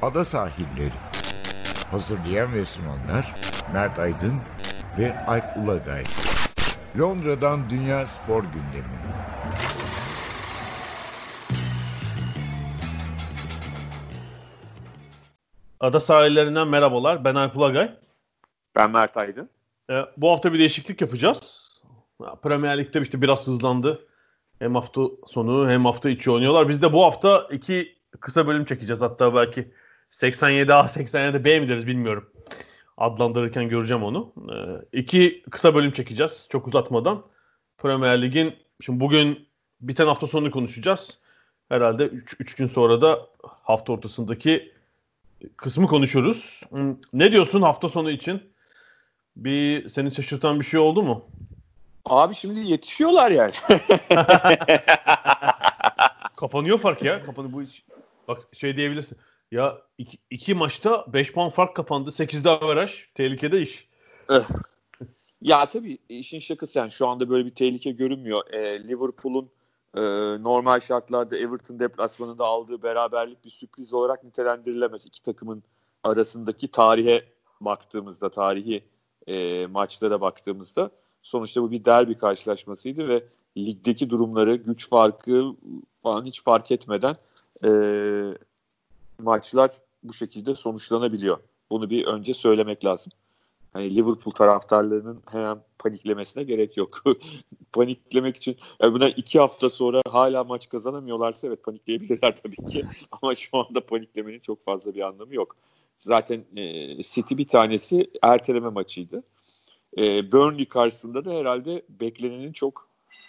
Ada Sahilleri. Hazırlayan ve sunanlar Mert Aydın ve Alp Ulagay. Londra'dan Dünya Spor Gündemi. Ada sahillerinden merhabalar. Ben Alp Ulagay. Ben Mert Aydın. Bu hafta bir değişiklik yapacağız. Premier Lig'de işte biraz hızlandı. Hem hafta sonu hem hafta içi oynuyorlar. Biz de bu hafta 2 kısa bölüm çekeceğiz. Hatta belki 87A, 87B mi deriz bilmiyorum. Adlandırırken göreceğim onu. 2 kısa bölüm çekeceğiz. Çok uzatmadan. Premier Lig'in şimdi bugün biten hafta sonunu konuşacağız. Herhalde 3 gün sonra da hafta ortasındaki kısmı konuşuruz. Ne diyorsun hafta sonu için? Seni şaşırtan bir şey oldu mu? Abi şimdi yetişiyorlar yani. Kapanıyor fark ya. Bu iş. Bak şey diyebilirsin. Ya iki maçta 5 puan fark kapandı. 8'de averaj. Tehlikede iş. Ya tabii işin şakası yani şu anda böyle bir tehlike görünmüyor. Liverpool'un normal şartlarda Everton deplasmanında aldığı beraberlik bir sürpriz olarak nitelendirilemez. İki takımın arasındaki tarihi maçlara baktığımızda sonuçta bu bir derbi karşılaşmasıydı ve ligdeki durumları, güç farkı falan hiç fark etmeden maçlar bu şekilde sonuçlanabiliyor. Bunu bir önce söylemek lazım. Hani Liverpool taraftarlarının hemen paniklemesine gerek yok. Paniklemek için yani buna 2 hafta sonra hala maç kazanamıyorlarsa evet panikleyebilirler tabii ki. Ama şu anda paniklemenin çok fazla bir anlamı yok. Zaten City bir tanesi erteleme maçıydı. Burnley karşısında da herhalde beklenenin çok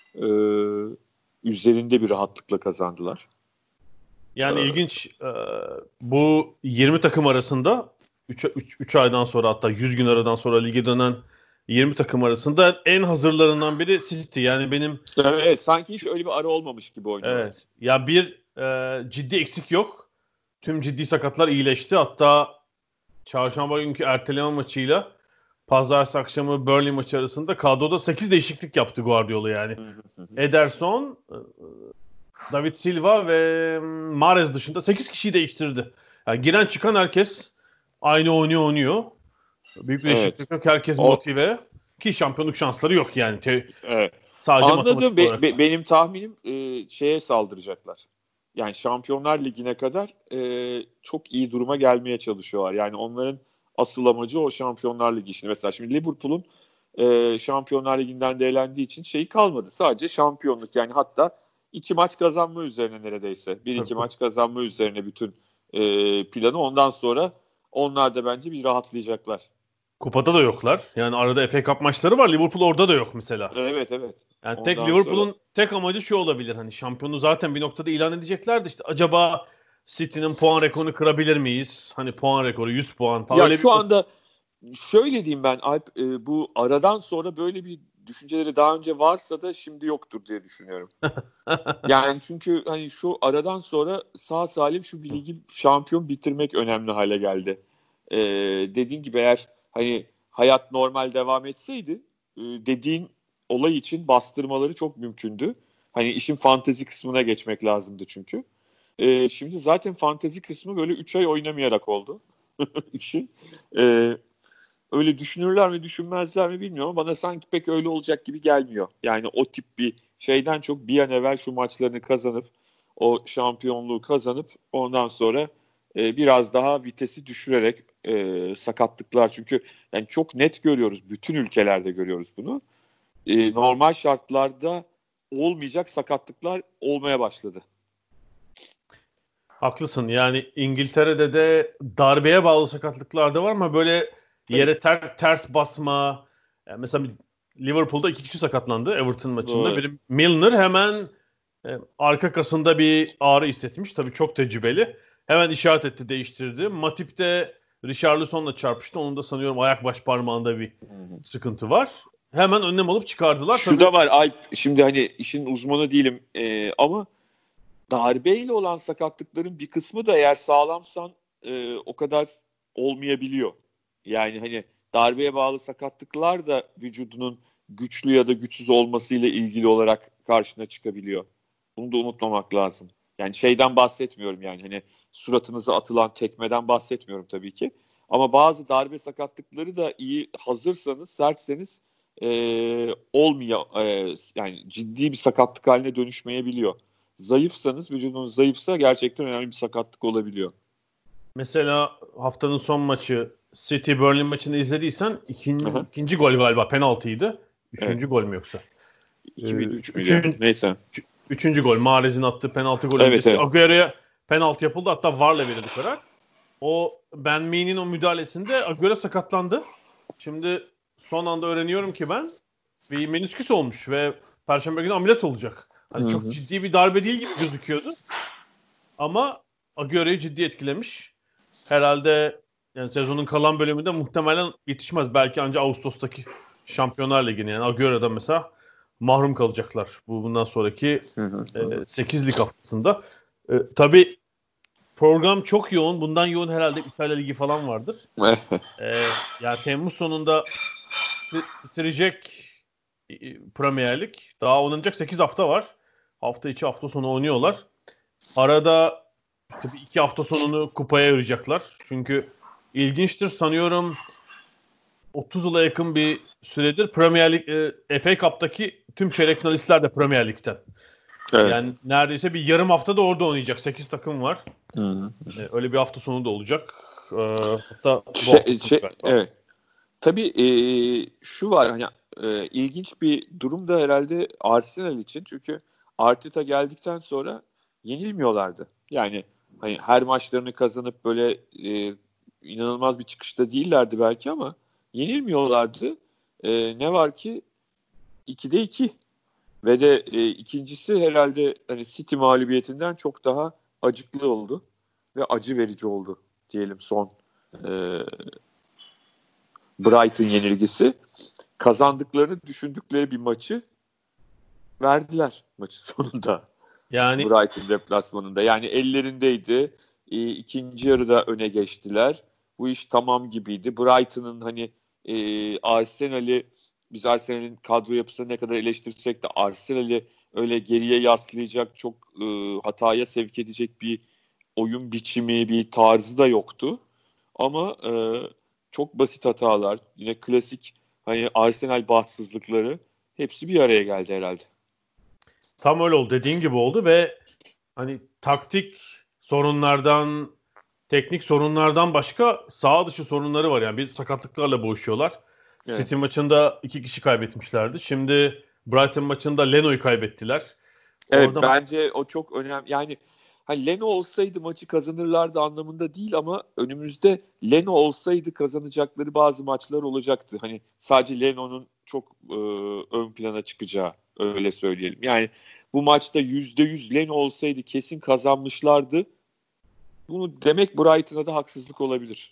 üzerinde bir rahatlıkla kazandılar. Yani ilginç. Bu 20 takım arasında 3 aydan sonra hatta 100 gün aradan sonra lige dönen 20 takım arasında en hazırlarından biri City. Yani benim... Evet, sanki hiç öyle bir ara olmamış gibi oynuyor. Evet. Ya ciddi eksik yok. Tüm ciddi sakatlar iyileşti. Hatta çarşamba günkü erteleme maçıyla pazartesi akşamı Burnley maçı arasında kadroda 8 değişiklik yaptı Guardiola yani. Ederson, David Silva ve Mahrez dışında 8 kişiyi değiştirdi. Yani giren çıkan herkes aynı oynuyor. Büyük bir değişiklik yok. Herkes motive. Ki şampiyonluk şansları yok yani. Evet. Sadece anladım. Benim tahminim şeye saldıracaklar. Yani Şampiyonlar Ligi'ne kadar çok iyi duruma gelmeye çalışıyorlar. Yani onların asıl amacı o Şampiyonlar Ligi işini. Mesela şimdi Liverpool'un Şampiyonlar Ligi'nden de elendiği için şeyi kalmadı. Sadece şampiyonluk. Yani hatta 2 maç kazanma üzerine neredeyse. 1-2 maç kazanma üzerine bütün planı. Ondan sonra onlar da bence bir rahatlayacaklar. Kupada da yoklar. Yani arada FA Cup maçları var. Liverpool orada da yok mesela. Evet. Yani Liverpool'un tek amacı şu olabilir. Hani şampiyonu zaten bir noktada ilan edeceklerdi. İşte acaba City'nin puan rekorunu kırabilir miyiz? Hani puan rekoru 100 puan. Ya şu anda şöyle diyeyim ben Alp, bu aradan sonra böyle bir düşünceleri daha önce varsa da şimdi yoktur diye düşünüyorum. Yani çünkü hani şu aradan sonra sağ salim şu bir ligi şampiyon bitirmek önemli hale geldi. Dediğin gibi eğer hani hayat normal devam etseydi dediğin olay için bastırmaları çok mümkündü. Hani işin fantezi kısmına geçmek lazımdı çünkü. Şimdi zaten fantezi kısmı böyle 3 ay oynamayarak oldu işin. Öyle düşünürler mi düşünmezler mi bilmiyorum ama bana sanki pek öyle olacak gibi gelmiyor. Yani o tip bir şeyden çok bir an evvel şu maçlarını kazanıp o şampiyonluğu kazanıp ondan sonra biraz daha vitesi düşürerek sakatlıklar çünkü yani çok net görüyoruz, bütün ülkelerde görüyoruz bunu. Normal şartlarda olmayacak sakatlıklar olmaya başladı. Haklısın. Yani İngiltere'de de darbeye bağlı sakatlıklar da var ama böyle yere ters basma. Yani mesela Liverpool'da 2 kişi sakatlandı Everton maçında. Evet. Biri Milner hemen arka kasında bir ağrı hissetmiş. Tabii çok tecrübeli. Hemen işaret etti, değiştirdi. Matip de Richarlison'la çarpıştı. Onun da sanıyorum ayak baş parmağında bir sıkıntı var. Hemen önlem alıp çıkardılar. Şu da var Alp. Şimdi hani işin uzmanı değilim ama darbeyle olan sakatlıkların bir kısmı da eğer sağlamsan o kadar olmayabiliyor. Yani hani darbeye bağlı sakatlıklar da vücudunun güçlü ya da güçsüz olmasıyla ilgili olarak karşına çıkabiliyor. Bunu da unutmamak lazım. Yani şeyden bahsetmiyorum yani hani suratınıza atılan tekmeden bahsetmiyorum tabii ki. Ama bazı darbe sakatlıkları da iyi hazırsanız, sertseniz olmuyor. Yani ciddi bir sakatlık haline dönüşmeyebiliyor. Zayıfsanız, vücudunuz zayıfsa gerçekten önemli bir sakatlık olabiliyor. Mesela haftanın son maçı City Burnley maçını izlediysen ikinci gol galiba penaltıydı. Üçüncü gol mü yoksa? 2 miydi 3 müydü? Neyse. Üçüncü gol. Mahrez'in attığı penaltı golü. Evet. Agüero'ya penaltı yapıldı. Hatta VAR'la verildi karar. O Ben Mee'nin o müdahalesinde Agüero sakatlandı. Şimdi son anda öğreniyorum ki ben bir menisküs olmuş ve Perşembe günü ameliyat olacak. Hani çok ciddi bir darbe değil gibi gözüküyordu. Ama Agüero'yu ciddi etkilemiş. Herhalde yani sezonun kalan bölümünde muhtemelen yetişmez. Belki ancak Ağustos'taki Şampiyonlar Ligi'ne, yani Agüero'dan mesela mahrum kalacaklar. Bundan sonraki 8 lig haftasında. Tabii program çok yoğun. Bundan yoğun herhalde İtalya Ligi falan vardır. Yani Temmuz sonunda bitirecek Premier Lig. Daha oynanacak 8 hafta var. Hafta içi hafta sonu oynuyorlar. Arada tabii 2 hafta sonunu kupaya ayıracaklar. Çünkü ilginçtir, sanıyorum 30 yıla yakın bir süredir Premier Lig, FA Cup'taki tüm çeyrek finalistler de Premier Lig'den. Evet. Yani neredeyse bir yarım hafta da orada oynayacak. 8 takım var. Öyle bir hafta sonu da olacak. Hatta evet. Tabii şu var, hani ilginç bir durum da herhalde Arsenal için. Çünkü Arteta geldikten sonra yenilmiyorlardı. Yani hani her maçlarını kazanıp böyle inanılmaz bir çıkışta değillerdi belki ama yenilmiyorlardı. Ne var ki 2'de 2 ve de ikincisi herhalde hani City mağlubiyetinden çok daha acıklı oldu ve acı verici oldu diyelim son Brighton yenilgisi. Kazandıklarını düşündükleri bir maçı verdiler maçın sonunda. Yani Brighton deplasmanında. Yani ellerindeydi. İkinci yarıda öne geçtiler. Bu iş tamam gibiydi. Brighton'ın hani biz Arsenal'in kadro yapısını ne kadar eleştirsek de Arsenal'i öyle geriye yaslayacak, çok hataya sevk edecek bir oyun biçimi, bir tarzı da yoktu. Ama çok basit hatalar, yine klasik hani Arsenal bahtsızlıkları hepsi bir araya geldi herhalde. Tam öyle oldu. Dediğin gibi oldu ve hani taktik sorunlardan, teknik sorunlardan başka saha dışı sorunları var. Yani bir sakatlıklarla boğuşuyorlar. Evet. City maçında 2 kişi kaybetmişlerdi. Şimdi Brighton maçında Leno'yu kaybettiler. Evet, bence o çok önemli. Yani hani Leno olsaydı maçı kazanırlardı anlamında değil ama önümüzde Leno olsaydı kazanacakları bazı maçlar olacaktı. Hani sadece Leno'nun çok ön plana çıkacağı, öyle söyleyelim. Yani bu maçta %100 Leno olsaydı kesin kazanmışlardı. Bunu demek Brighton'a da haksızlık olabilir.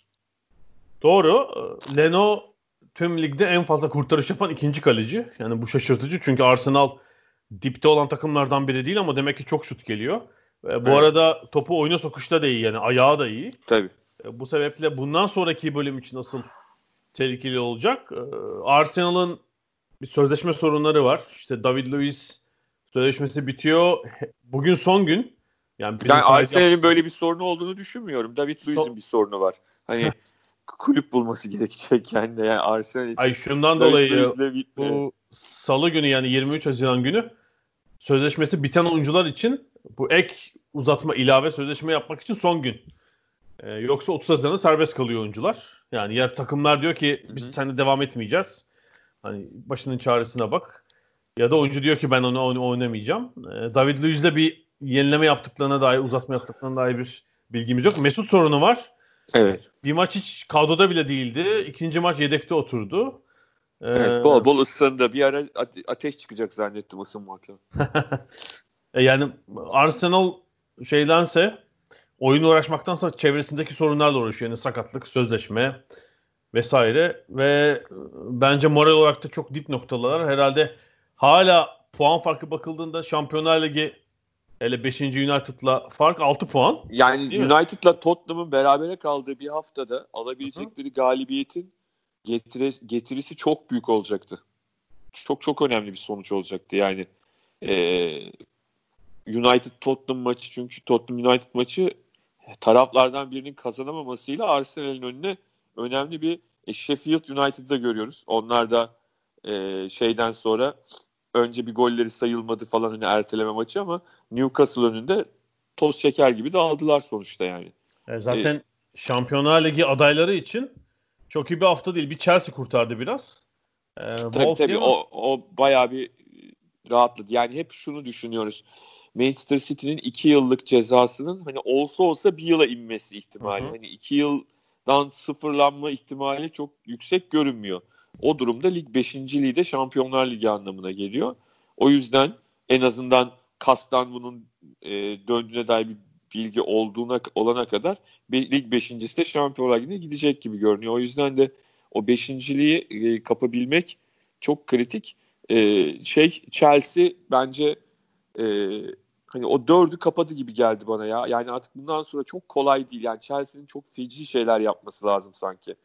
Doğru. Leno tüm ligde en fazla kurtarış yapan ikinci kaleci. Yani bu şaşırtıcı çünkü Arsenal dipte olan takımlardan biri değil ama demek ki çok şut geliyor. Bu arada topu oyuna sokuşta da iyi, yani ayağı da iyi. Tabii. Bu sebeple bundan sonraki bölüm için asıl tehlikeli olacak. Arsenal'ın bir sözleşme sorunları var. İşte David Luiz sözleşmesi bitiyor. Bugün son gün. Yani Arsenal'in böyle bir sorunu olduğunu düşünmüyorum. David Luiz'in bir sorunu var. Hani kulüp bulması gerekecek kendine. Yani Arsenal için. Şundan dolayı bu salı günü, yani 23 Haziran günü sözleşmesi biten oyuncular için bu ek uzatma, ilave sözleşme yapmak için son gün. Yoksa 30 Haziran'da serbest kalıyor oyuncular. Yani ya takımlar diyor ki biz seninle devam etmeyeceğiz. Hani başının çaresine bak. Ya da oyuncu diyor ki ben onu oynamayacağım. David Luiz'le bir yenileme yaptıklarına dair, uzatma yaptıklarına dair bir bilgimiz yok. Mesut sorunu var. Evet. Bir maç hiç kadroda bile değildi. İkinci maç yedekte oturdu. Evet, bol ısındı. Bir ara ateş çıkacak zannettim ısınmakla. Yani Arsenal oyun uğraşmaktansa çevresindeki sorunlarla uğraşıyor. Yani sakatlık, sözleşme vesaire ve bence moral olarak da çok dip noktalar. Herhalde hala puan farkı bakıldığında Şampiyonlar Ligi, hele 5. United'la fark 6 puan. Yani United'la Tottenham'ın berabere kaldığı bir haftada alabilecekleri galibiyetin getirisi çok büyük olacaktı. Çok çok önemli bir sonuç olacaktı. Yani United Tottenham maçı, çünkü Tottenham United maçı taraflardan birinin kazanamamasıyla Arsenal'in önüne önemli bir Sheffield United'da görüyoruz. Onlar da şeyden sonra önce bir golleri sayılmadı falan hani erteleme maçı ama Newcastle önünde toz şeker gibi dağıldılar sonuçta yani. Zaten Şampiyonlar Ligi adayları için çok iyi bir hafta değil. Bir Chelsea kurtardı biraz. Tabii o bayağı bir rahatladı. Yani hep şunu düşünüyoruz. Manchester City'nin 2 yıllık cezasının hani olsa bir yıla inmesi ihtimali. Hani 2 yıldan sıfırlanma ihtimali çok yüksek görünmüyor. O durumda lig 5.liği de Şampiyonlar Ligi anlamına geliyor. O yüzden en azından kastan bunun döndüğüne dair bir bilgi olana kadar lig 5.si de Şampiyonlar Ligi'ne gidecek gibi görünüyor. O yüzden de o 5.liği kapabilmek çok kritik. Chelsea bence hani o 4'ü kapadı gibi geldi bana ya. Yani artık bundan sonra çok kolay değil. Yani Chelsea'nin çok feci şeyler yapması lazım sanki.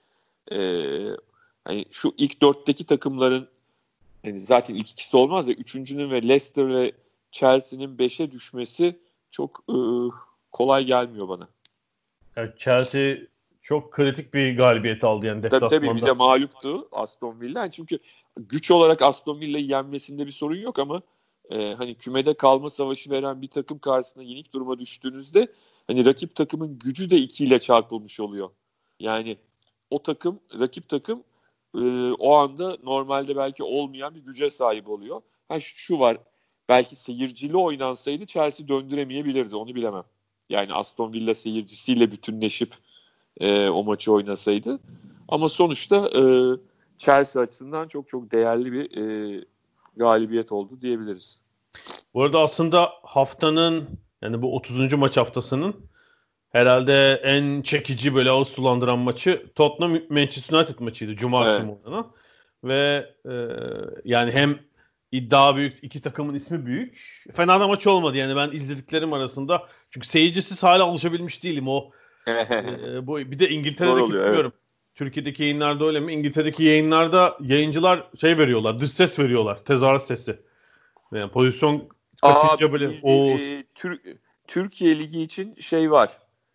Hani şu ilk 4'teki takımların yani zaten ilk ikisi olmaz ya 3.'nün ve Leicester ve Chelsea'nin 5'e düşmesi çok kolay gelmiyor bana. Evet, Chelsea çok kritik bir galibiyet aldı yani deplasmanda. Tabii bir de mağluptu Aston Villa. Çünkü güç olarak Aston Villa'yı yenmesinde bir sorun yok ama hani kümede kalma savaşı veren bir takım karşısında yenik duruma düştüğünüzde hani rakip takımın gücü de 2 ile çarpılmış oluyor. Yani rakip takım o anda normalde belki olmayan bir güce sahip oluyor. Şu var, belki seyircili oynansaydı Chelsea döndüremeyebilirdi, onu bilemem. Yani Aston Villa seyircisiyle bütünleşip o maçı oynasaydı. Ama sonuçta Chelsea açısından çok çok değerli bir galibiyet oldu diyebiliriz. Bu arada aslında haftanın yani bu 30. maç haftasının herhalde en çekici böyle ağız sulandıran maçı Tottenham Manchester United maçıydı. Cuma akşamı oynanan. Ve yani hem iddia büyük, iki takımın ismi büyük. Fena da maç olmadı yani ben izlediklerim arasında. Çünkü seyircisiz hala alışabilmiş değilim o. Bu bir de İngiltere'deki bilmiyorum. Evet. Türkiye'deki yayınlarda öyle mi? İngiltere'deki yayınlarda yayıncılar veriyorlar. Dış ses veriyorlar. Tezahürat sesi. Yani pozisyon kaçınca böyle Türkiye Ligi için var.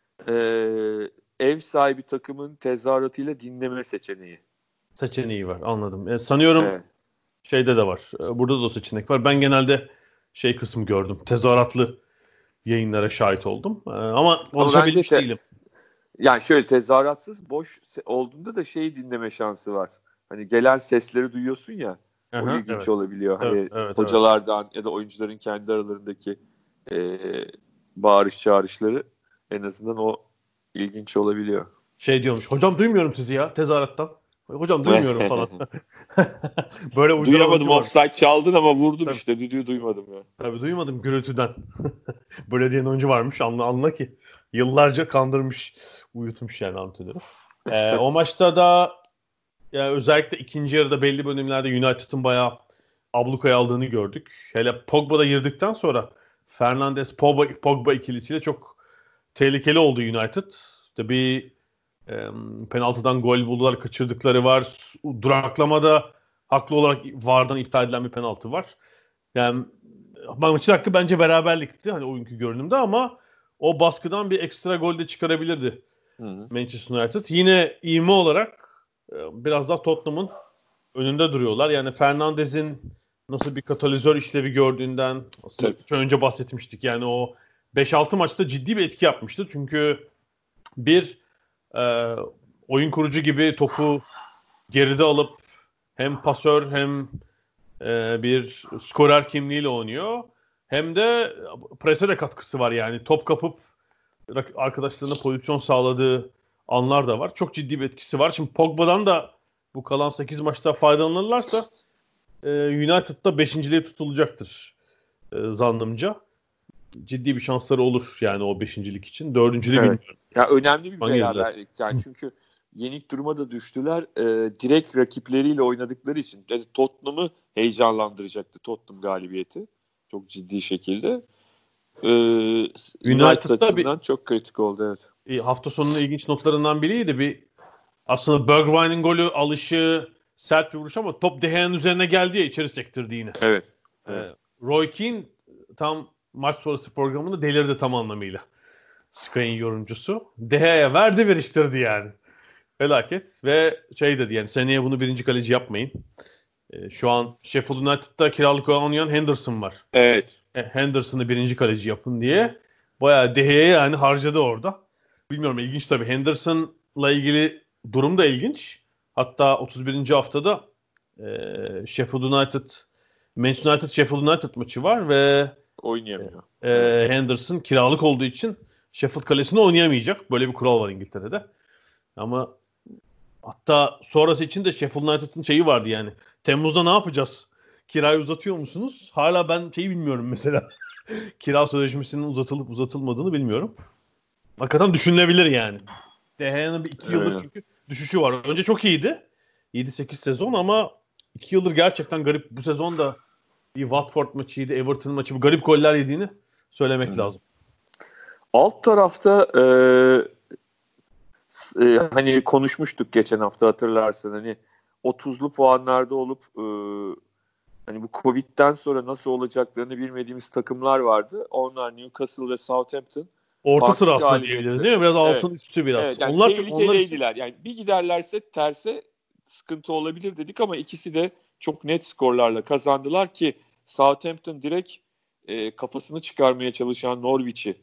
Ev sahibi takımın tezahüratıyla dinleme seçeneği var. Anladım. Sanıyorum evet. Şeyde de var. Burada da o seçenek var. Ben genelde kısmı gördüm. Tezahüratlı yayınlara şahit oldum. Ama alışabilmiş değilim. Yani şöyle tezahüratsız boş olduğunda da dinleme şansı var. Hani gelen sesleri duyuyorsun ya. O ilginç olabiliyor. Hani hocalardan ya da oyuncuların kendi aralarındaki bağırış çağrışları en azından o ilginç olabiliyor. Diyormuş. Hocam duymuyorum sizi ya tezahürattan. Hocam duymuyorum falan. Böyle duyamadım, offside çaldın ama vurdum işte. Düdüğü duymadım ya. Tabii duymadım gürültüden. Böyle diyen oyuncu varmış. Anla ki. Yıllarca kandırmış, uyutmuş yani antrenörü. O maçta da özellikle ikinci yarıda belli bölümlerde United'ın bayağı ablukaya aldığını gördük. Hele Pogba'da girdikten sonra Fernandes Pogba ikilisiyle çok tehlikeli oldu United. İşte bir penaltıdan gol buldular, kaçırdıkları var. Duraklamada haklı olarak VAR'dan iptal edilen bir penaltı var. Yani maçın hakkı bence beraberlikti hani oyuncu görünümde ama o baskıdan bir ekstra gol de çıkarabilirdi Manchester United. Yine ivme olarak biraz daha Tottenham'ın önünde duruyorlar. Yani Fernandes'in nasıl bir katalizör işlevi gördüğünden önce bahsetmiştik. Yani o 5-6 maçta ciddi bir etki yapmıştı. Çünkü oyun kurucu gibi topu geride alıp hem pasör hem bir skorer kimliğiyle oynuyor. Hem de prese de katkısı var yani. Top kapıp arkadaşlarına pozisyon sağladığı anlar da var. Çok ciddi bir etkisi var. Şimdi Pogba'dan da bu kalan 8 maçta faydalanırlarsa United'da 5.liğe tutulacaktır zannımca. Ciddi bir şansları olur yani o 5.lik için. 4.liği bilmiyorum. Ya önemli bir beraberlik. Yani çünkü yenik duruma da düştüler. Direkt rakipleriyle oynadıkları için. Yani Tottenham'ı heyecanlandıracaktı Tottenham galibiyeti. Çok ciddi şekilde. United açısından çok kritik oldu evet. Hafta sonunun ilginç notlarından biriydi. Aslında Bergwijn'in golü alışı sert bir vuruş ama top De Gea'nın üzerine geldi ya içeri sektirdi yine. Evet. Roy Keane tam maç sonrası programında delirdi tam anlamıyla. Sky'in yorumcusu. De Gea'ya verdi veriştirdi yani. Felaket. Ve şey dedi yani seneye bunu birinci kaleci yapmayın. Şu an Sheffield United'da kiralık oynayan Henderson var. Evet. Henderson'ı birinci kaleci yapın diye. Bayağı De Gea'ya yani harcadı orada. Bilmiyorum, ilginç tabii. Henderson'la ilgili durum da ilginç. Hatta 31. haftada Sheffield United Manchester United Sheffield United maçı var ve Oynayamıyor. Henderson kiralık olduğu için Sheffield kalesinde oynayamayacak. Böyle bir kural var İngiltere'de. Ama hatta sonrası için de Sheffield United'ın şeyi vardı yani. Temmuz'da ne yapacağız? Kirayı uzatıyor musunuz? Hala ben şeyi bilmiyorum mesela. Kira sözleşmesinin uzatılıp uzatılmadığını bilmiyorum. Hakikaten düşünülebilir yani. De Gea'nın bir 2 yıldır çünkü düşüşü var. Önce çok iyiydi. 7-8 sezon ama 2 yıldır gerçekten garip. Bu sezon da bir Watford maçıydı, Everton maçı. Bu garip goller yediğini söylemek lazım. Alt tarafta hani konuşmuştuk geçen hafta, hatırlarsın. Hani 30'lu puanlarda olup hani bu Covid'den sonra nasıl olacaklarını bilmediğimiz takımlar vardı. Onlar Newcastle ve Southampton. Orta sıra aslında diyebiliriz değil mi? Biraz altın üstü biraz. Evet, yani onlar tehlikeliydiler. Yani bir giderlerse terse sıkıntı olabilir dedik ama ikisi de çok net skorlarla kazandılar ki Southampton direkt kafasını çıkarmaya çalışan Norwich'i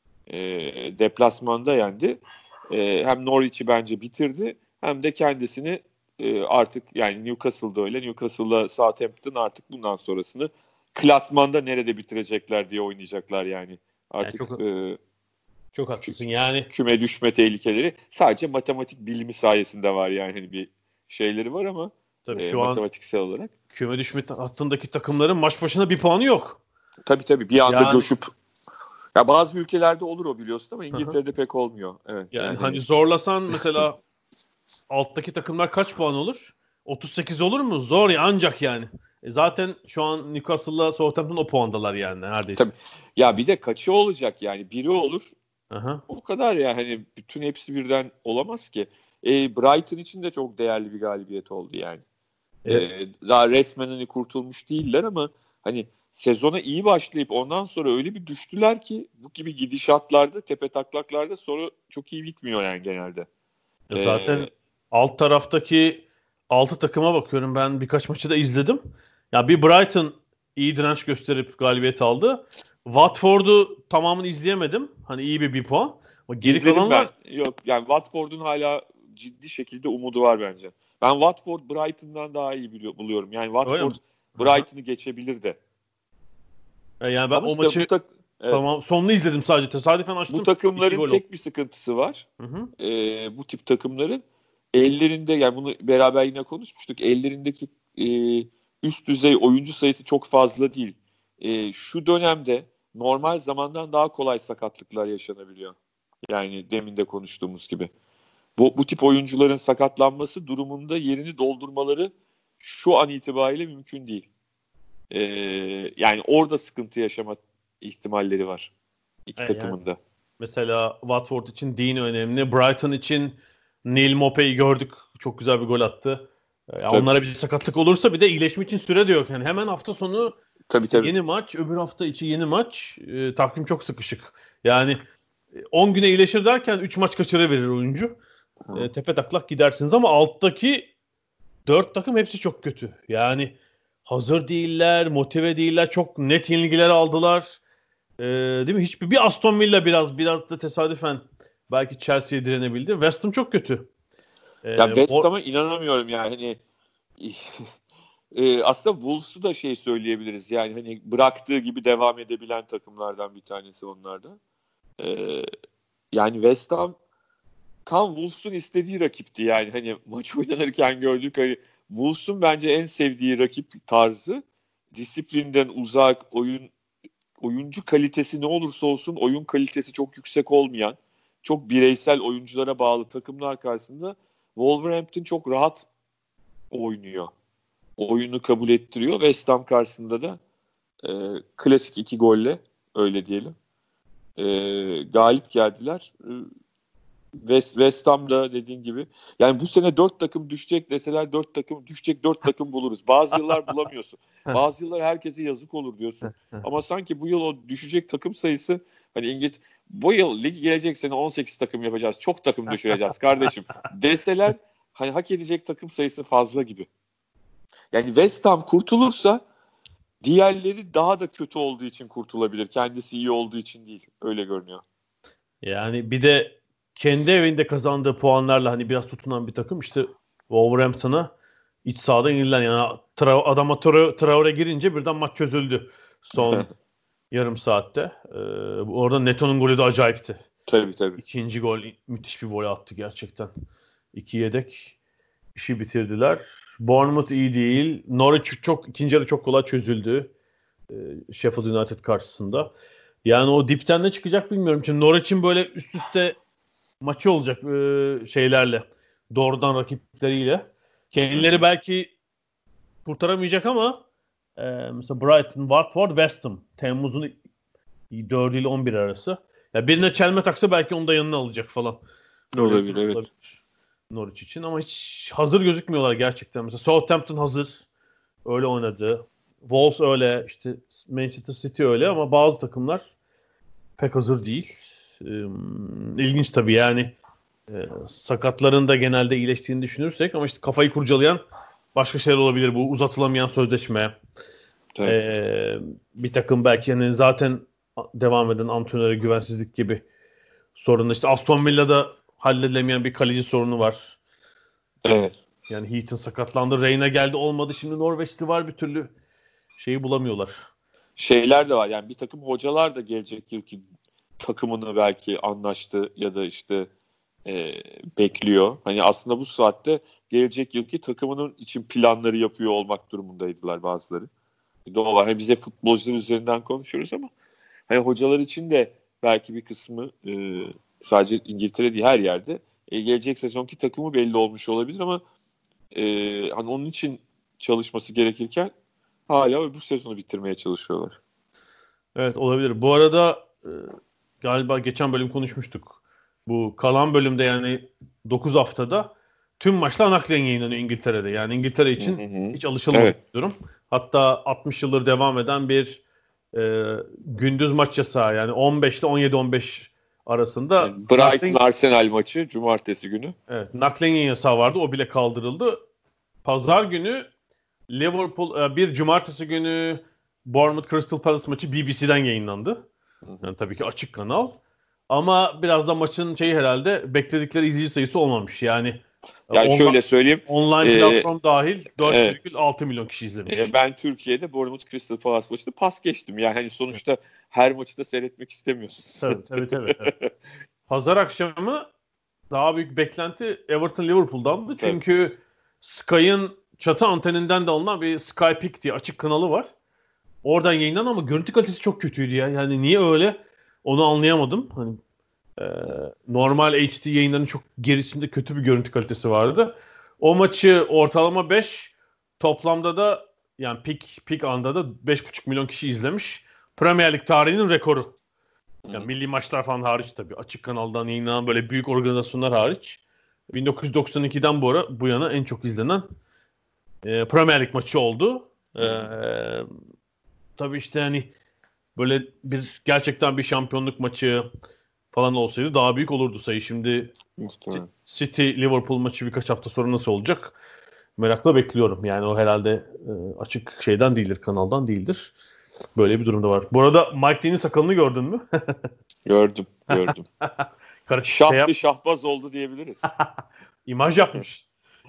deplasmanda yendi. Hem Norwich'i bence bitirdi hem de kendisini artık, yani Newcastle'da öyle. Newcastle'la Southampton artık bundan sonrasını klasmanda nerede bitirecekler diye oynayacaklar yani. Artık yani çok haklısın yani. Küme düşme tehlikeleri sadece matematik bilimi sayesinde var yani, hani bir şeyleri var ama tabii şu matematiksel olarak. Küme düşme hattındaki takımların maç başına bir puanı yok. Tabii bir anda coşup, ya bazı ülkelerde olur o, biliyorsun, ama İngiltere'de pek olmuyor. Evet. Yani hani zorlasan mesela alttaki takımlar kaç puan olur? 38 olur mu? Zor ya, ancak yani. Zaten şu an Newcastle'la Southampton o puandalar yani neredeyse. Tabii. Ya bir de kaçı olacak yani? Biri olur. Aha. O kadar ya, hani bütün hepsi birden olamaz ki. Brighton için de çok değerli bir galibiyet oldu yani. Evet. Daha resmen hani kurtulmuş değiller ama hani sezona iyi başlayıp ondan sonra öyle bir düştüler ki bu gibi gidişatlarda, tepe taklaklarda sonra çok iyi bitmiyor yani genelde. Zaten alt taraftaki 6 takıma bakıyorum, ben birkaç maçı da izledim. Ya bir Brighton iyi direnç gösterip galibiyet aldı. Watford'u tamamını izleyemedim. Hani iyi bir puan. Ama geri kalanlar... Yok yani Watford'un hala ciddi şekilde umudu var bence. Ben Watford Brighton'dan daha iyi buluyorum. Yani Watford Brighton'ı geçebilir de. Yani ben ama o maçı tamam sonunu izledim sadece. Tesadüfen açtım. Bu takımların tek bir sıkıntısı var. Bu tip takımların ellerinde, yani bunu beraber yine konuşmuştuk. Ellerindeki üst düzey oyuncu sayısı çok fazla değil. Şu dönemde normal zamandan daha kolay sakatlıklar yaşanabiliyor. Yani demin de konuştuğumuz gibi. Bu tip oyuncuların sakatlanması durumunda yerini doldurmaları şu an itibariyle mümkün değil. Yani orada sıkıntı yaşama ihtimalleri var iki takımın da. Mesela Watford için Dean önemli. Brighton için Neil Maupay'i gördük. Çok güzel bir gol attı. Onlara bir sakatlık olursa bir de iyileşme için süre de yok. Yani hemen hafta sonu yeni maç, öbür hafta içi yeni maç. Takvim çok sıkışık. Yani 10 güne iyileşir derken 3 maç kaçırıverir oyuncu. Tepe taklak gidersiniz ama alttaki 4 takım hepsi çok kötü. Yani hazır değiller, motive değiller. Çok net yenilgiler aldılar. Değil mi? Bir Aston Villa biraz da tesadüfen belki Chelsea'ye direnebildi. West Ham çok kötü. Ya West Ham'a inanamıyorum yani. Hani aslında Wolves'u da söyleyebiliriz. Yani hani bıraktığı gibi devam edebilen takımlardan bir tanesi onlarda. Yani West Ham tam Wolves'un istediği rakipti yani. Hani maç oynanırken gördük, hani Wolves'un bence en sevdiği rakip tarzı disiplinden uzak, oyuncu kalitesi ne olursa olsun oyun kalitesi çok yüksek olmayan, çok bireysel oyunculara bağlı takımlar karşısında Wolverhampton çok rahat oynuyor. Oyunu kabul ettiriyor. West Ham karşısında da klasik 2 golle, öyle diyelim, galip geldiler. West Ham'da dediğin gibi. Yani bu sene 4 takım düşecek deseler 4 takım düşecek, 4 takım buluruz. Bazı yıllar bulamıyorsun. Bazı yıllar herkese yazık olur diyorsun. Ama sanki bu yıl o düşecek takım sayısı, hani bu yıl lig gelecek sene 18 takım yapacağız. Çok takım düşüreceğiz kardeşim deseler hani hak edecek takım sayısı fazla gibi. Yani West Ham kurtulursa diğerleri daha da kötü olduğu için kurtulabilir. Kendisi iyi olduğu için değil. Öyle görünüyor. Yani bir de kendi evinde kazandığı puanlarla hani biraz tutunan bir takım işte Wolverhampton'a iç sahada yenilen, yani adama Traore girince birden maç çözüldü son yarım saatte. Orada Neto'nun golü de acayipti. Tabii. İkinci gol müthiş bir gol attı gerçekten. 2 yedek işi bitirdiler. Bournemouth iyi değil. Norwich ikinci yarı çok kolay çözüldü. Sheffield United karşısında. Yani o dipten ne çıkacak bilmiyorum. Şimdi Norwich'in böyle üst üste maçı olacak şeylerle. Doğrudan rakipleriyle. Kendileri belki kurtaramayacak ama mesela Brighton, Watford, West Ham. Temmuz'un 4 ile 11 arası. Ya birine çelme taksa belki onu da yanına alacak falan. Olabilir, evet. Norwich için ama hiç hazır gözükmüyorlar gerçekten. Mesela Southampton hazır. Öyle oynadı. Wolves öyle, işte Manchester City öyle ama bazı takımlar pek hazır değil. İlginç tabii yani. Sakatların da genelde iyileştiğini düşünürsek ama işte kafayı kurcalayan başka şeyler olabilir. Bu uzatılamayan sözleşme. Bir takım belki yani zaten devam eden antrenöre güvensizlik gibi sorunlar. İşte Aston Villa'da halledilemeyen bir kaleci sorunu var. Evet. Yani Heaton sakatlandı. Reyna geldi, olmadı. Şimdi Norveç'te var, bir türlü şeyi bulamıyorlar. Şeyler de var. Yani bir takım hocalar da gelecek yılki takımını belki anlaştı ya da işte bekliyor. Hani aslında bu saatte gelecek yılki takımının için planları yapıyor olmak durumundaydılar bazıları. Bir de o var. Hani bize futbolcular üzerinden konuşuyoruz ama hani hocalar için de belki bir kısmı sadece İngiltere değil her yerde gelecek sezonki takımı belli olmuş olabilir ama hani onun için çalışması gerekirken hala bu sezonu bitirmeye çalışıyorlar. Evet, olabilir. Bu arada galiba geçen bölüm konuşmuştuk. Bu kalan bölümde yani 9 haftada tüm maçlar naklen yayınlanıyor İngiltere'de. Yani İngiltere için hiç alışılmamış bir durum. Hatta 60 yıldır devam eden bir gündüz maç yasağı, yani 15 ile 17-15 arasında. Yani Brighton Arsenal maçı cumartesi günü. Evet, naklen yayın yasağı vardı. O bile kaldırıldı. Pazar günü Liverpool, bir cumartesi günü Bournemouth Crystal Palace maçı BBC'den yayınlandı. Yani tabii ki açık kanal. Ama biraz da maçın herhalde bekledikleri izleyici sayısı olmamış. Yani şöyle söyleyeyim. Online platform dahil 4,6 milyon kişi izlemiş. Ben Türkiye'de Bournemouth Crystal Palace maçında pas geçtim. Yani hani sonuçta her maçı da seyretmek istemiyorsun. Tabii. Pazar akşamı daha büyük beklenti Everton Liverpool'dandı. Çünkü Sky'ın çatı anteninden de alınan bir Sky Pick diye açık kanalı var. Oradan yayınlanan ama görüntü kalitesi çok kötüydü ya. Yani niye öyle onu anlayamadım. Hani normal HD yayınların çok gerisinde kötü bir görüntü kalitesi vardı. O maçı ortalama 5, toplamda da yani peak anda da 5,5 milyon kişi izlemiş. Premier Lig tarihinin rekoru. Yani milli maçlar falan hariç tabii. Açık kanaldan yayınlanan böyle büyük organizasyonlar hariç. 1992'den bu yana en çok izlenen Premier Lig maçı oldu. Tabii işte hani böyle gerçekten bir şampiyonluk maçı falan olsaydı daha büyük olurdu sayı. Şimdi City Liverpool maçı birkaç hafta sonra nasıl olacak? Merakla bekliyorum. Yani o herhalde açık şeyden değildir, kanaldan değildir. Böyle bir durumda var. Bu arada Mike Dean'in sakalını gördün mü? Gördüm. Şahbaz oldu diyebiliriz. İmaj yapmış.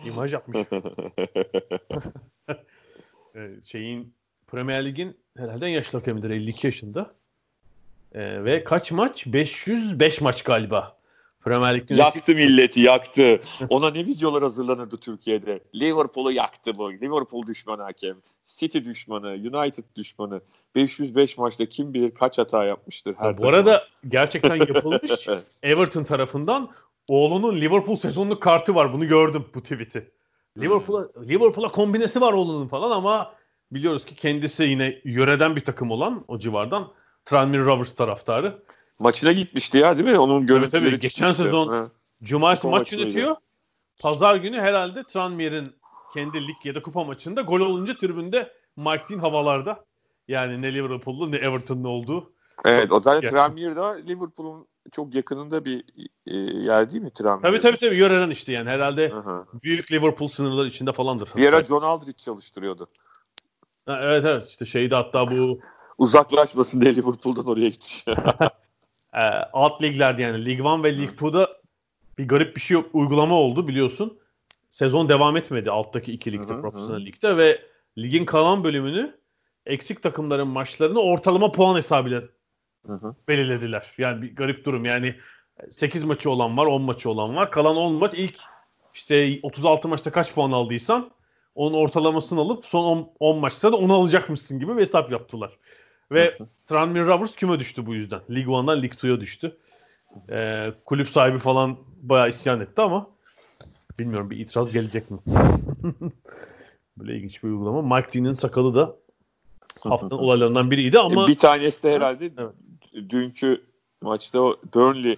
Premier Lig'in herhalde en yaşlı hakemidir. 52 yaşında. Ve kaç maç? 505 maç galiba. Premier Lig'de yaktı milleti, yaktı. Ona ne videolar hazırlanırdı Türkiye'de. Liverpool'u yaktı bu. Liverpool düşmanı hakem. City düşmanı, United düşmanı. 505 maçta kim bilir kaç hata yapmıştır. Bu arada gerçekten yapılmış. Everton tarafından oğlunun Liverpool sezonluk kartı var. Bunu gördüm, bu tweet'i. Liverpool'a kombinesi var oğlunun falan ama biliyoruz ki kendisi yine yöreden bir takım olan o civardan Tranmere Rovers taraftarı. Maçına gitmişti ya, değil mi? Onun görüntüleri geçen sezon Cumartesi Kupa maç yönetiyor. Pazar günü herhalde Tranmere'in kendi lig ya da kupa maçında gol olunca tribünde Mike Dean havalarda. Yani ne Liverpool'lu ne Everton'lu olduğu. Evet, o zaten Tranmere'da Liverpool'un çok yakınında bir yer değil mi Tranmere? Tabii. Yöreden işte yani. Herhalde Hı-hı. büyük Liverpool sınırları içinde falandır. Bir ara John Aldridge çalıştırıyordu. Ha, evet. İşte şeyde hatta bu uzaklaşmasın diye Liverpool'dan oraya gitmiş. alt liglerde yani Lig 1 ve Lig 2'da bir garip bir şey uygulama oldu biliyorsun. Sezon devam etmedi alttaki iki ligde, profesyonel ligde ve ligin kalan bölümünü eksik takımların maçlarını ortalama puan hesabıyla belirlediler. Yani bir garip durum. Yani 8 maçı olan var, 10 maçı olan var. Kalan 10 maç ilk işte 36 maçta kaç puan aldıysan onun ortalamasını alıp son 10 maçta da onu alacakmışsın gibi bir hesap yaptılar. Ve Tranmere Rovers küme düştü bu yüzden. Lig 1'dan Lig 2'ya düştü. Kulüp sahibi falan bayağı isyan etti ama bilmiyorum bir itiraz gelecek mi? Böyle ilginç bir uygulama. Mike Dean'in sakalı da haftanın olaylarından biriydi ama bir tanesi de herhalde dünkü maçta o Burnley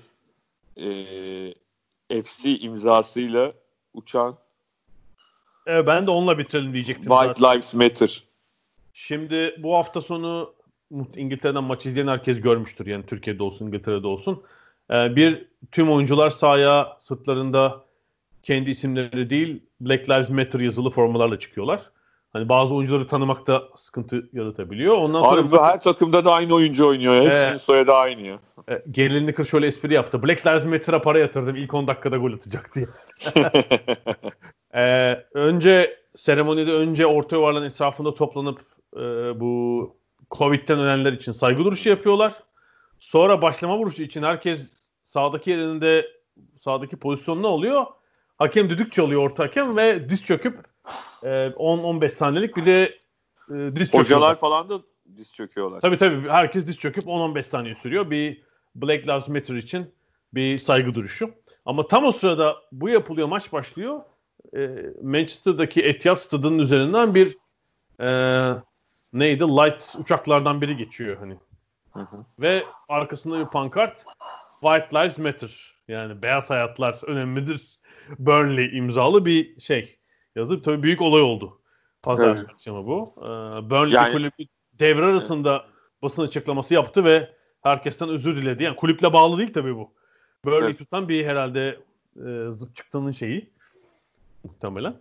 FC imzasıyla uçan ben de onunla bitirelim diyecektim. White zaten. Lives Matter. Şimdi bu hafta sonu İngiltere'den maç izleyen herkes görmüştür. Yani Türkiye'de olsun, İngiltere'de olsun. Tüm oyuncular sahaya sırtlarında kendi isimleri değil Black Lives Matter yazılı formalarla çıkıyorlar. Hani bazı oyuncuları tanımakta sıkıntı yaratabiliyor. Ondan sonra her takımda da aynı oyuncu oynuyor. Hepsinin soyadı aynı ya. Gary Lineker şöyle espri yaptı. Black Lives Matter'a para yatırdım. İlk 10 dakikada gol atacak diye. Seremonide orta yuvarlağın etrafında toplanıp bu Covid'den ölenler için saygı duruşu yapıyorlar. Sonra başlama vuruşu için herkes sağdaki yerinde sağdaki pozisyonuna oluyor. Hakem düdük çalıyor orta hakem ve diz çöküp 10-15 saniyelik bir de diz çöküyor. Hocalar falan da diz çöküyorlar. Tabii. Herkes diz çöküp 10-15 saniye sürüyor. Bir Black Lives Matter için bir saygı duruşu. Ama tam o sırada bu yapılıyor, maç başlıyor. Manchester'daki Etihad Stadı'nın üzerinden bir light uçaklardan biri geçiyor hani. Ve arkasında bir pankart White Lives Matter. Yani beyaz hayatlar önemlidir. Burnley imzalı bir şey yazıp tabii büyük olay oldu. Pazar akşamı bu. Burnley kulübü devre arasında basın açıklaması yaptı ve herkesten özür diledi. Yani kulüple bağlı değil tabii bu. Burnley tutan bir herhalde zıp çıktığının şeyi muhtemelen.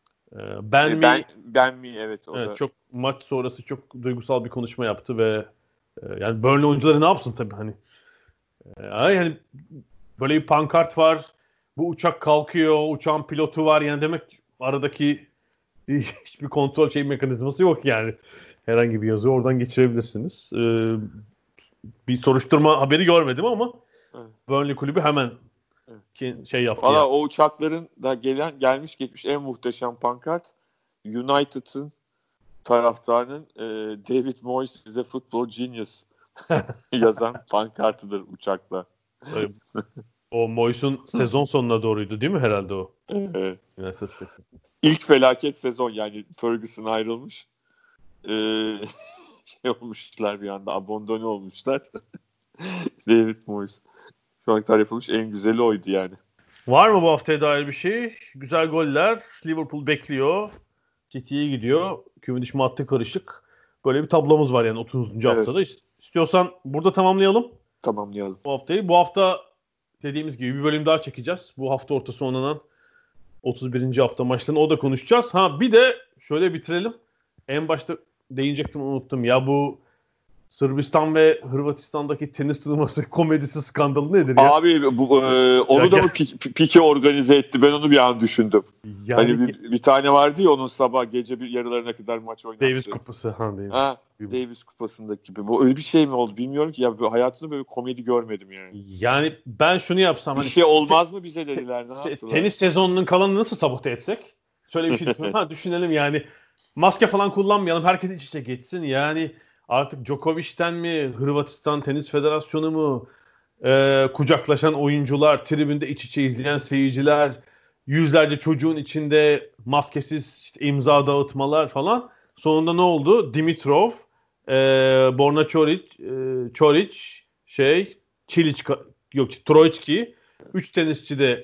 Çok maç sonrası çok duygusal bir konuşma yaptı ve yani Burnley oyuncuları ne yapsın tabii hani. Yani böyle bir pankart var. Bu uçak kalkıyor. Uçağın pilotu var. Yani demek aradaki hiçbir kontrol mekanizması yok yani. Herhangi bir yazıyı oradan geçirebilirsiniz. Bir soruşturma haberi görmedim ama Burnley kulübü hemen yaptı. Valla yani. O uçakların da gelmiş geçmiş en muhteşem pankart United'ın taraftarının David Moyes is a football genius yazan pankartıdır uçakla. O Moyes'un sezon sonuna doğruydu değil mi herhalde o? Evet. İlk felaket sezon yani Ferguson ayrılmış. Olmuşlar bir anda abandone olmuşlar. David Moyes. Şu ana kadar yapılmış en güzeli oydu yani. Var mı bu haftaya dair bir şey? Güzel goller. Liverpool bekliyor. City'ye gidiyor. Küme düşme hattı karışık. Böyle bir tablomuz var yani 30. haftada. İstiyorsan burada tamamlayalım. Tamamlayalım. Bu haftayı. Bu hafta dediğimiz gibi bir bölüm daha çekeceğiz. Bu hafta ortası oynanan 31. hafta maçlarını o da konuşacağız. Bir de şöyle bitirelim. En başta değinecektim unuttum. Ya bu Sırbistan ve Hırvatistan'daki tenis turnuvası komedisi skandalı nedir ya? Abi onu da mı Pike organize etti? Ben onu bir an düşündüm. Yani hani bir tane vardı ya onun sabah gece bir yarılarına kadar maç oynattı. Davis Kupası. Davis Kupası'ndaki gibi. Bu öyle bir şey mi oldu bilmiyorum ki. Ya hayatımda böyle komedi görmedim yani. Yani ben şunu yapsam. Bir şey olmaz mı bize dediler. Ne yaptılar? Tenis sezonunun kalanını nasıl sabote etsek? Şöyle bir şey düşünüyorum. Düşünelim yani. Maske falan kullanmayalım. Herkes iç içe geçsin. Yani artık Djokovic'ten mi, Hırvatistan Tenis Federasyonu mu, kucaklaşan oyuncular, tribünde iç içe izleyen seyirciler, yüzlerce çocuğun içinde maskesiz imza dağıtmalar falan. Sonunda ne oldu? Dimitrov, Borna Çoric, Troicki, 3 tenisçi de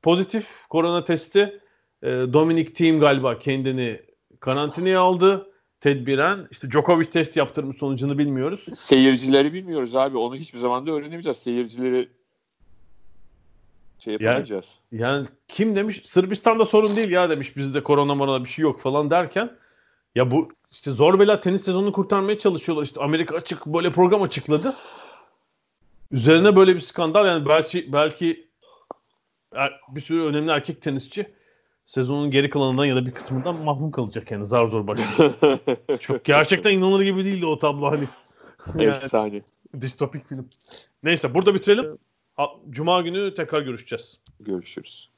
pozitif korona testi. Dominic Thiem galiba kendini karantinaya aldı. Tedbiren. İşte Djokovic test yaptırmış, sonucunu bilmiyoruz. Seyircileri bilmiyoruz abi. Onu hiçbir zaman da öğrenemeyeceğiz. Seyircileri yapamayacağız. Yani kim demiş? Sırbistan'da sorun değil ya demiş. Bizde korona bir şey yok falan derken. Ya bu işte zor bela tenis sezonunu kurtarmaya çalışıyorlar. İşte Amerika açık böyle program açıkladı. Üzerine böyle bir skandal, yani belki bir sürü önemli erkek tenisçi sezonun geri kalanından ya da bir kısmından mahrum kalacak, yani zar zor başlayacak. Çok gerçekten inanılır gibi değildi o tablo hani. Efsane. Distopik film. Neyse burada bitirelim. Cuma günü tekrar görüşeceğiz. Görüşürüz.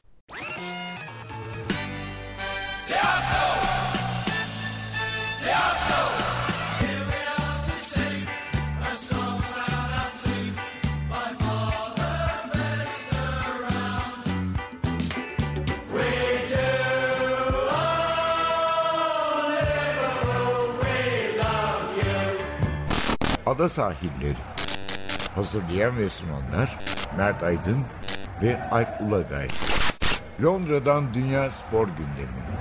Ada Sahilleri. Hazırlayan ve sunanlar Mert Aydın ve Alp Ulagay. Londra'dan Dünya Spor Gündemi.